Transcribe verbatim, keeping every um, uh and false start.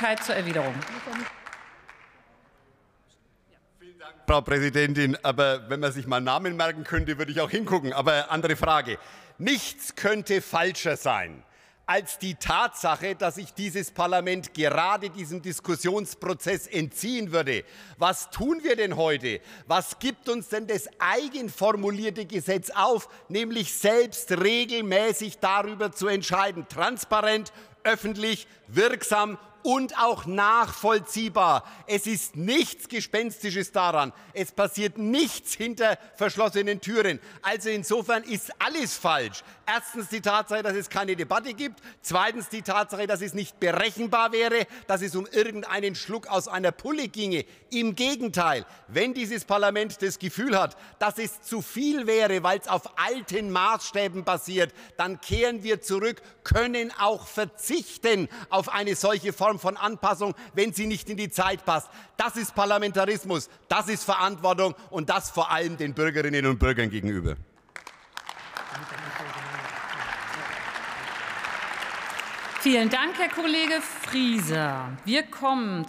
Möglichkeit zur Erwiderung. Vielen Dank, Frau Präsidentin. Aber wenn man sich mal Namen merken könnte, würde ich auch hingucken. Aber andere Frage. Nichts könnte falscher sein als die Tatsache, dass sich dieses Parlament gerade diesem Diskussionsprozess entziehen würde. Was tun wir denn heute? Was gibt uns denn das eigenformulierte Gesetz auf, nämlich selbst regelmäßig darüber zu entscheiden, transparent, öffentlich, wirksam und auch nachvollziehbar. Es ist nichts Gespenstisches daran. Es passiert nichts hinter verschlossenen Türen. Also insofern ist alles falsch. Erstens die Tatsache, dass es keine Debatte gibt. Zweitens die Tatsache, dass es nicht berechenbar wäre, dass es um irgendeinen Schluck aus einer Pulle ginge. Im Gegenteil, wenn dieses Parlament das Gefühl hat, dass es zu viel wäre, weil es auf alten Maßstäben basiert, dann kehren wir zurück, können auch verzichten auf eine solche Form von Anpassung, wenn sie nicht in die Zeit passt. Das ist Parlamentarismus, das ist Verantwortung und das vor allem den Bürgerinnen und Bürgern gegenüber. Vielen Dank, Herr Kollege Frieser. Wir kommen